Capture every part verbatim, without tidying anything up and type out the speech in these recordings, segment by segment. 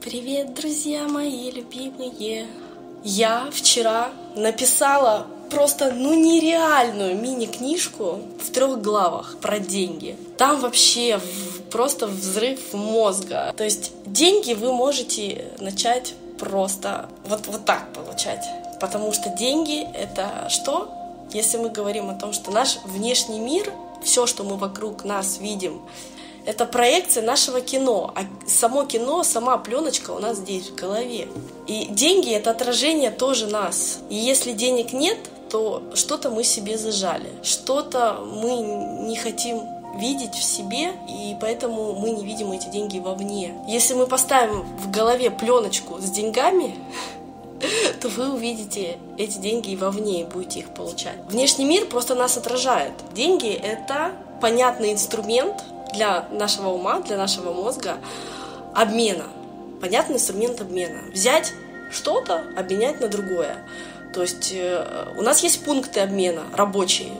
Привет, друзья мои любимые! Я вчера написала просто ну нереальную мини-книжку в трех главах про деньги. Там вообще просто взрыв мозга. То есть деньги вы можете начать просто вот, вот так получать. Потому что деньги — это что? Если мы говорим о том, что наш внешний мир, все, что мы вокруг нас видим, это проекция нашего кино, а само кино, сама пленочка у нас здесь в голове. И деньги — это отражение тоже нас. И если денег нет, то что-то мы себе зажали, что-то мы не хотим видеть в себе, и поэтому мы не видим эти деньги вовне. Если мы поставим в голове пленочку с деньгами, то вы увидите эти деньги и вовне, и будете их получать. Внешний мир просто нас отражает. Деньги — это понятный инструмент для нашего ума, для нашего мозга обмена. Понятный инструмент обмена. Взять что-то, обменять на другое. То есть э, у нас есть пункты обмена рабочие.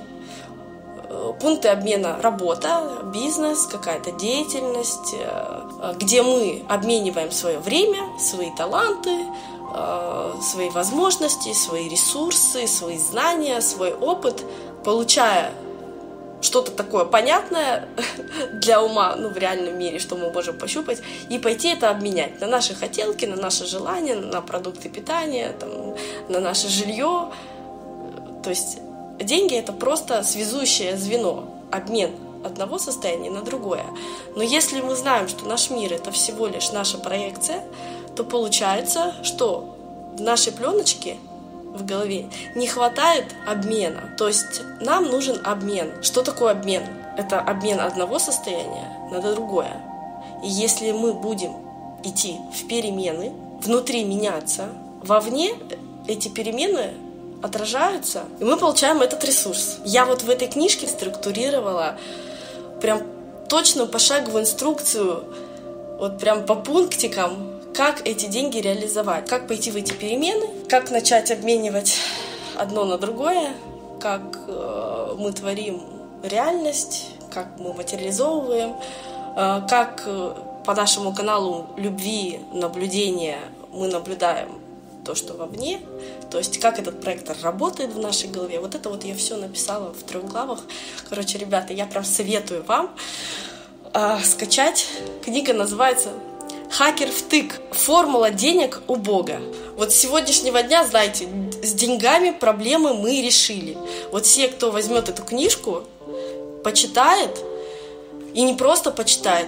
Э, пункты обмена работа, бизнес, какая-то деятельность, э, где мы обмениваем свое время, свои таланты, э, свои возможности, свои ресурсы, свои знания, свой опыт, получая что-то такое понятное для ума, ну, в реальном мире, что мы можем пощупать, и пойти это обменять на наши хотелки, на наши желания, на продукты питания, там, на наше жилье. То есть деньги — это просто связующее звено, обмен одного состояния на другое. Но если мы знаем, что наш мир — это всего лишь наша проекция, то получается, что в нашей пленочке в голове не хватает обмена. То есть нам нужен обмен. Что такое обмен? Это обмен одного состояния на другое. И если мы будем идти в перемены, внутри меняться, вовне эти перемены отражаются, и мы получаем этот ресурс. Я вот в этой книжке структурировала прям точную пошаговую инструкцию, вот прям по пунктикам, как эти деньги реализовать, как пойти в эти перемены, как начать обменивать одно на другое, как э, мы творим реальность, как мы материализовываем, э, как э, по нашему каналу любви, наблюдения мы наблюдаем то, что вовне, то есть как этот проектор работает в нашей голове. Вот это вот я все написала в трех главах. Короче, ребята, я прям советую вам э, скачать. Книга называется «Хакер втык. Формула денег у Бога». Вот с сегодняшнего дня, знаете, с деньгами проблемы мы решили. Вот все, кто возьмет эту книжку, почитает, и не просто почитает,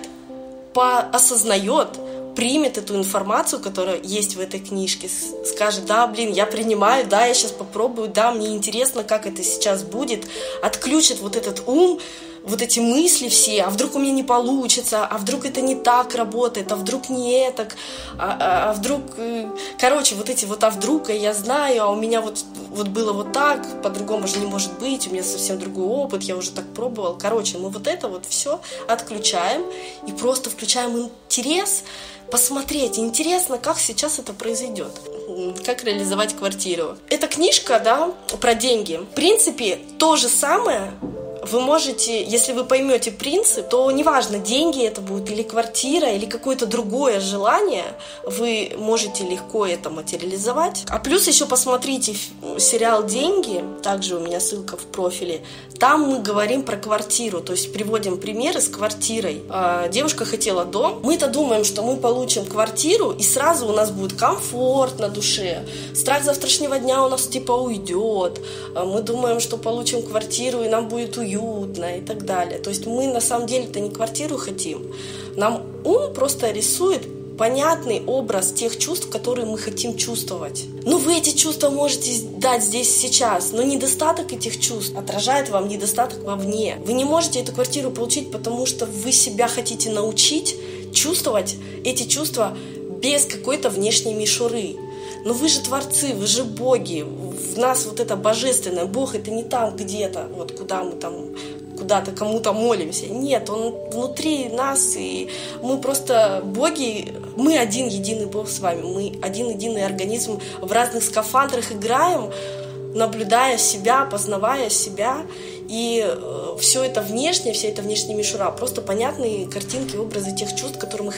поосознает, примет эту информацию, которая есть в этой книжке, скажет: да, блин, я принимаю, да, я сейчас попробую, да, мне интересно, как это сейчас будет, отключит вот этот ум, вот эти мысли все, а вдруг у меня не получится, а вдруг это не так работает, а вдруг не так, а, а, а вдруг... Короче, вот эти вот «а вдруг», а я знаю, а у меня вот, вот было вот так, по-другому же не может быть, у меня совсем другой опыт, я уже так пробовал. Короче, мы вот это вот все отключаем и просто включаем интерес, посмотреть, интересно, как сейчас это произойдет, как реализовать квартиру. Эта книжка, да, про деньги, в принципе, то же самое. Вы можете, если вы поймете принцип, то неважно, деньги это будет или квартира, или какое-то другое желание, вы можете легко это материализовать. А плюс еще посмотрите сериал «Деньги», также у меня ссылка в профиле, там мы говорим про квартиру, то есть приводим примеры с квартирой. Девушка хотела дом, мы-то думаем, что мы получим квартиру, и сразу у нас будет комфорт на душе, страх завтрашнего дня у нас типа уйдет, мы думаем, что получим квартиру, и нам будет уютно, уютно и так далее. То есть мы на самом деле-то не квартиру хотим. Нам ум просто рисует понятный образ тех чувств, которые мы хотим чувствовать. Ну, вы эти чувства можете дать здесь сейчас, но недостаток этих чувств отражает вам недостаток вовне. Вы не можете эту квартиру получить, потому что вы себя хотите научить чувствовать эти чувства без какой-то внешней мишуры. Но вы же творцы, вы же боги, в нас вот это божественное. Бог — это не там где-то, вот куда мы там куда-то кому-то молимся. Нет, Он внутри нас, и мы просто боги, мы один единый Бог с вами, мы один единый организм в разных скафандрах играем, наблюдая себя, познавая себя. И все это внешнее, вся эта внешняя мишура, просто понятные картинки, образы тех чувств, которые мы хотим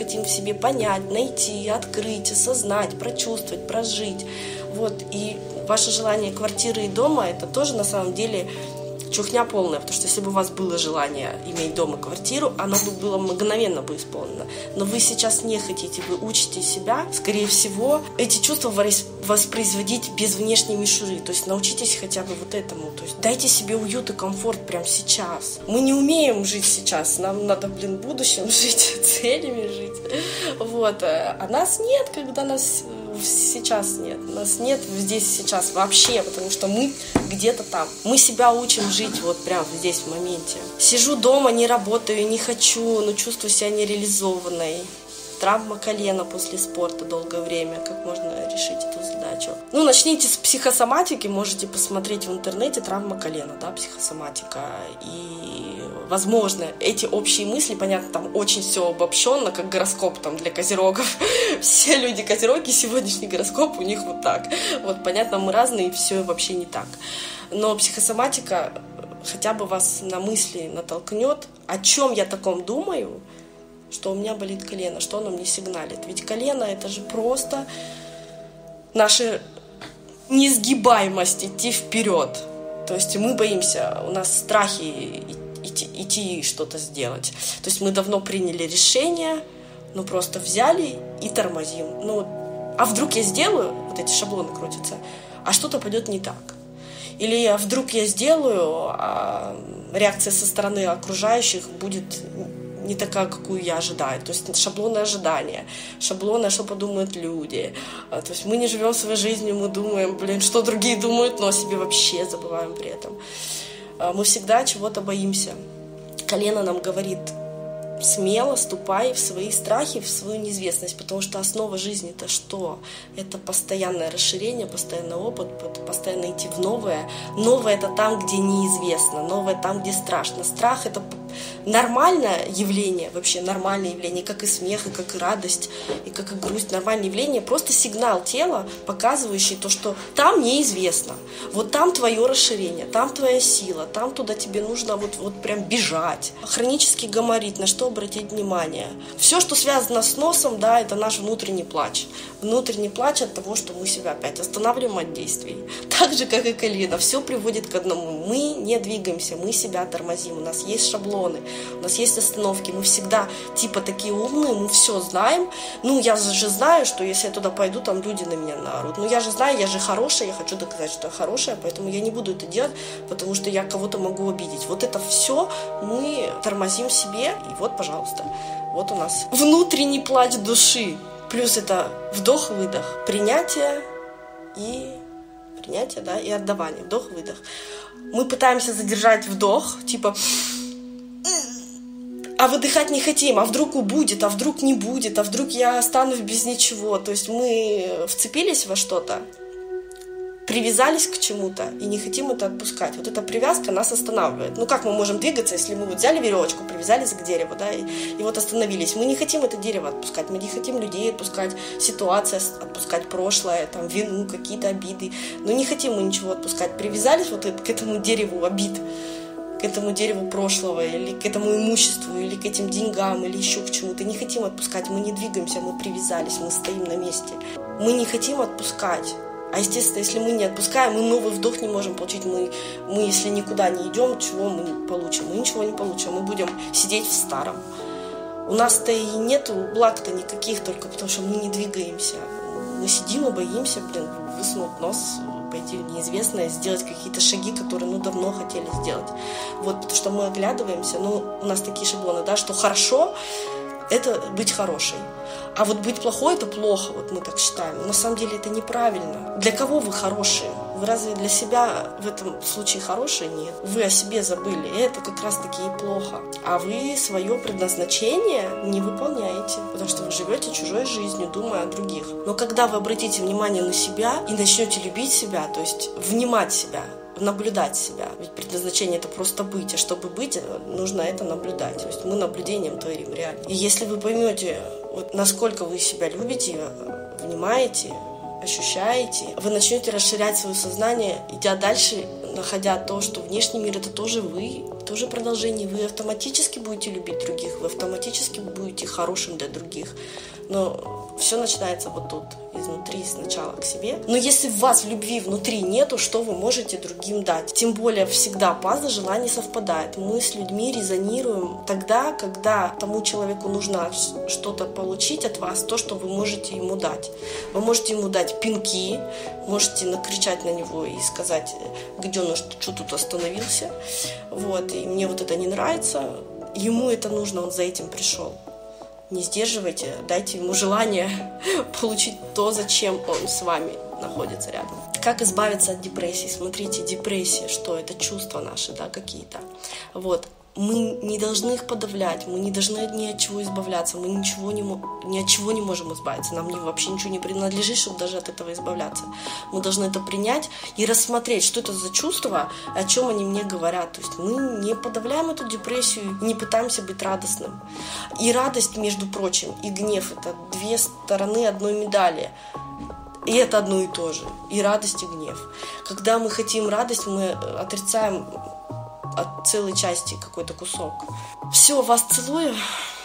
хотим в себе понять, найти, открыть, осознать, прочувствовать, прожить. Вот. И ваше желание квартиры и дома — это тоже на самом деле чухня полная, потому что если бы у вас было желание иметь дом и квартиру, оно бы было мгновенно бы исполнено. Но вы сейчас не хотите, вы учите себя, скорее всего, эти чувства воспроизводить без внешней мишуры. То есть научитесь хотя бы вот этому. То есть дайте себе уют и комфорт прямо сейчас. Мы не умеем жить сейчас, нам надо, блин, в будущем жить, целями жить. Вот. А нас нет, когда нас сейчас нет. Нас нет здесь сейчас вообще, потому что мы где-то там. Мы себя учим жить вот прямо здесь, в моменте. Сижу дома, не работаю, не хочу, но чувствую себя нереализованной. Травма колена после спорта долгое время. Как можно решить эту задачу? Ну, начните с психосоматики. Можете посмотреть в интернете травма колена, да, психосоматика. И, возможно, эти общие мысли, понятно, там очень все обобщенно, как гороскоп там для козерогов. Все люди козероги, сегодняшний гороскоп у них вот так. Вот, понятно, мы разные, и все вообще не так. Но психосоматика хотя бы вас на мысли натолкнет, о чем я таком думаю, что у меня болит колено, что оно мне сигналит. Ведь колено — это же просто наша несгибаемость идти вперед. То есть мы боимся, у нас страхи идти, идти что-то сделать. То есть мы давно приняли решение, ну просто взяли и тормозим. Ну, а вдруг я сделаю, вот эти шаблоны крутятся, а что-то пойдет не так. Или а вдруг я сделаю, а реакция со стороны окружающих будет не такая, какую я ожидаю. То есть шаблоны ожидания, шаблоны, что подумают люди. То есть мы не живем своей жизнью, мы думаем, блин, что другие думают, но о себе вообще забываем при этом. Мы всегда чего-то боимся. Колено нам говорит: смело ступай в свои страхи, в свою неизвестность, потому что основа жизни — это что? Это постоянное расширение, постоянный опыт, постоянно идти в новое. Новое — это там, где неизвестно, новое — там, где страшно. Страх — это нормальное явление, вообще нормальное явление, как и смех, и как и радость, и как и грусть. Нормальное явление, просто сигнал тела, показывающий то, что там неизвестно. Вот там твое расширение, там твоя сила, там туда тебе нужно вот, вот прям бежать. Хронический гайморит, на что обратить внимание? Все, что связано с носом, да, это наш внутренний плач. Внутренний плач от того, что мы себя опять останавливаем от действий. Так же, как и колено, все приводит к одному. Мы не двигаемся, мы себя тормозим, у нас есть шаблоны, у нас есть остановки, мы всегда типа такие умные, мы все знаем. Ну, я же знаю, что если я туда пойду, там люди на меня наорут. Ну, я же знаю, я же хорошая, я хочу доказать, что я хорошая, поэтому я не буду это делать, потому что я кого-то могу обидеть. Вот это все мы тормозим себе, и вот, пожалуйста, вот у нас внутренний плач души. Плюс это вдох-выдох, принятие и принятие, да, и отдавание, вдох-выдох. Мы пытаемся задержать вдох, типа, а выдыхать не хотим, а вдруг будет, а вдруг не будет, а вдруг я останусь без ничего. То есть мы вцепились во что-то, привязались к чему-то и не хотим это отпускать. Вот эта привязка нас останавливает. Ну как мы можем двигаться, если мы вот взяли веревочку, привязались к дереву, да, и, и вот остановились. Мы не хотим это дерево отпускать, мы не хотим людей отпускать, ситуация отпускать, прошлое, там, вину, какие-то обиды. Но не хотим мы ничего отпускать. Привязались вот к этому дереву обид, к этому дереву прошлого, или к этому имуществу, или к этим деньгам, или еще к чему-то. Не хотим отпускать, мы не двигаемся, мы привязались, мы стоим на месте. Мы не хотим отпускать. А естественно, если мы не отпускаем, мы новый вдох не можем получить. Мы, мы если никуда не идем, чего мы получим? Мы ничего не получим, мы будем сидеть в старом. У нас-то и нету благ-то никаких, только потому что мы не двигаемся. Мы сидим и боимся, блин, высунуть нос, пойти в неизвестное, сделать какие-то шаги, которые, ну, давно хотели сделать. Вот, потому что мы оглядываемся, ну, у нас такие шаблоны, да, что хорошо — это быть хорошей. А вот быть плохой — это плохо, вот мы так считаем. Но на самом деле это неправильно. Для кого вы хорошие? Вы разве для себя в этом случае хорошие? Нет. Вы о себе забыли, и это как раз-таки и плохо. А вы свое предназначение не выполняете, потому что вы живете чужой жизнью, думая о других. Но когда вы обратите внимание на себя и начнете любить себя, то есть внимать себя, наблюдать себя. Ведь предназначение — это просто быть, а чтобы быть, нужно это наблюдать. То есть мы наблюдением творим реально. И если вы поймете, вот насколько вы себя любите, внимаете, ощущаете, вы начнете расширять свое сознание, идя дальше, находя то, что внешний мир — это тоже вы, тоже продолжение. Вы автоматически будете любить других, вы автоматически будете хорошим для других. Но все начинается вот тут, изнутри, сначала к себе. Но если в вас любви внутри нету, что вы можете другим дать? Тем более всегда пазл желаний совпадает. Мы с людьми резонируем тогда, когда тому человеку нужно что-то получить от вас, то, что вы можете ему дать. Вы можете ему дать пинки, можете накричать на него и сказать: гаденыш, ты что тут остановился? Вот, и мне вот это не нравится. Ему это нужно, он за этим пришел. Не сдерживайте, дайте ему желание получить то, зачем он с вами находится рядом. Как избавиться от депрессии? Смотрите, депрессия, что это чувства наши, да, какие-то. Вот. Мы не должны их подавлять, мы не должны ни от чего избавляться, мы ничего не, ни от чего не можем избавиться, нам вообще ничего не принадлежит, чтобы даже от этого избавляться. Мы должны это принять и рассмотреть, что это за чувства, о чем они мне говорят. То есть мы не подавляем эту депрессию, не пытаемся быть радостным. И радость, между прочим, и гнев – это две стороны одной медали. И это одно и то же. И радость, и гнев. Когда мы хотим радость, мы отрицаем от целой части какой-то кусок. Все, вас целую.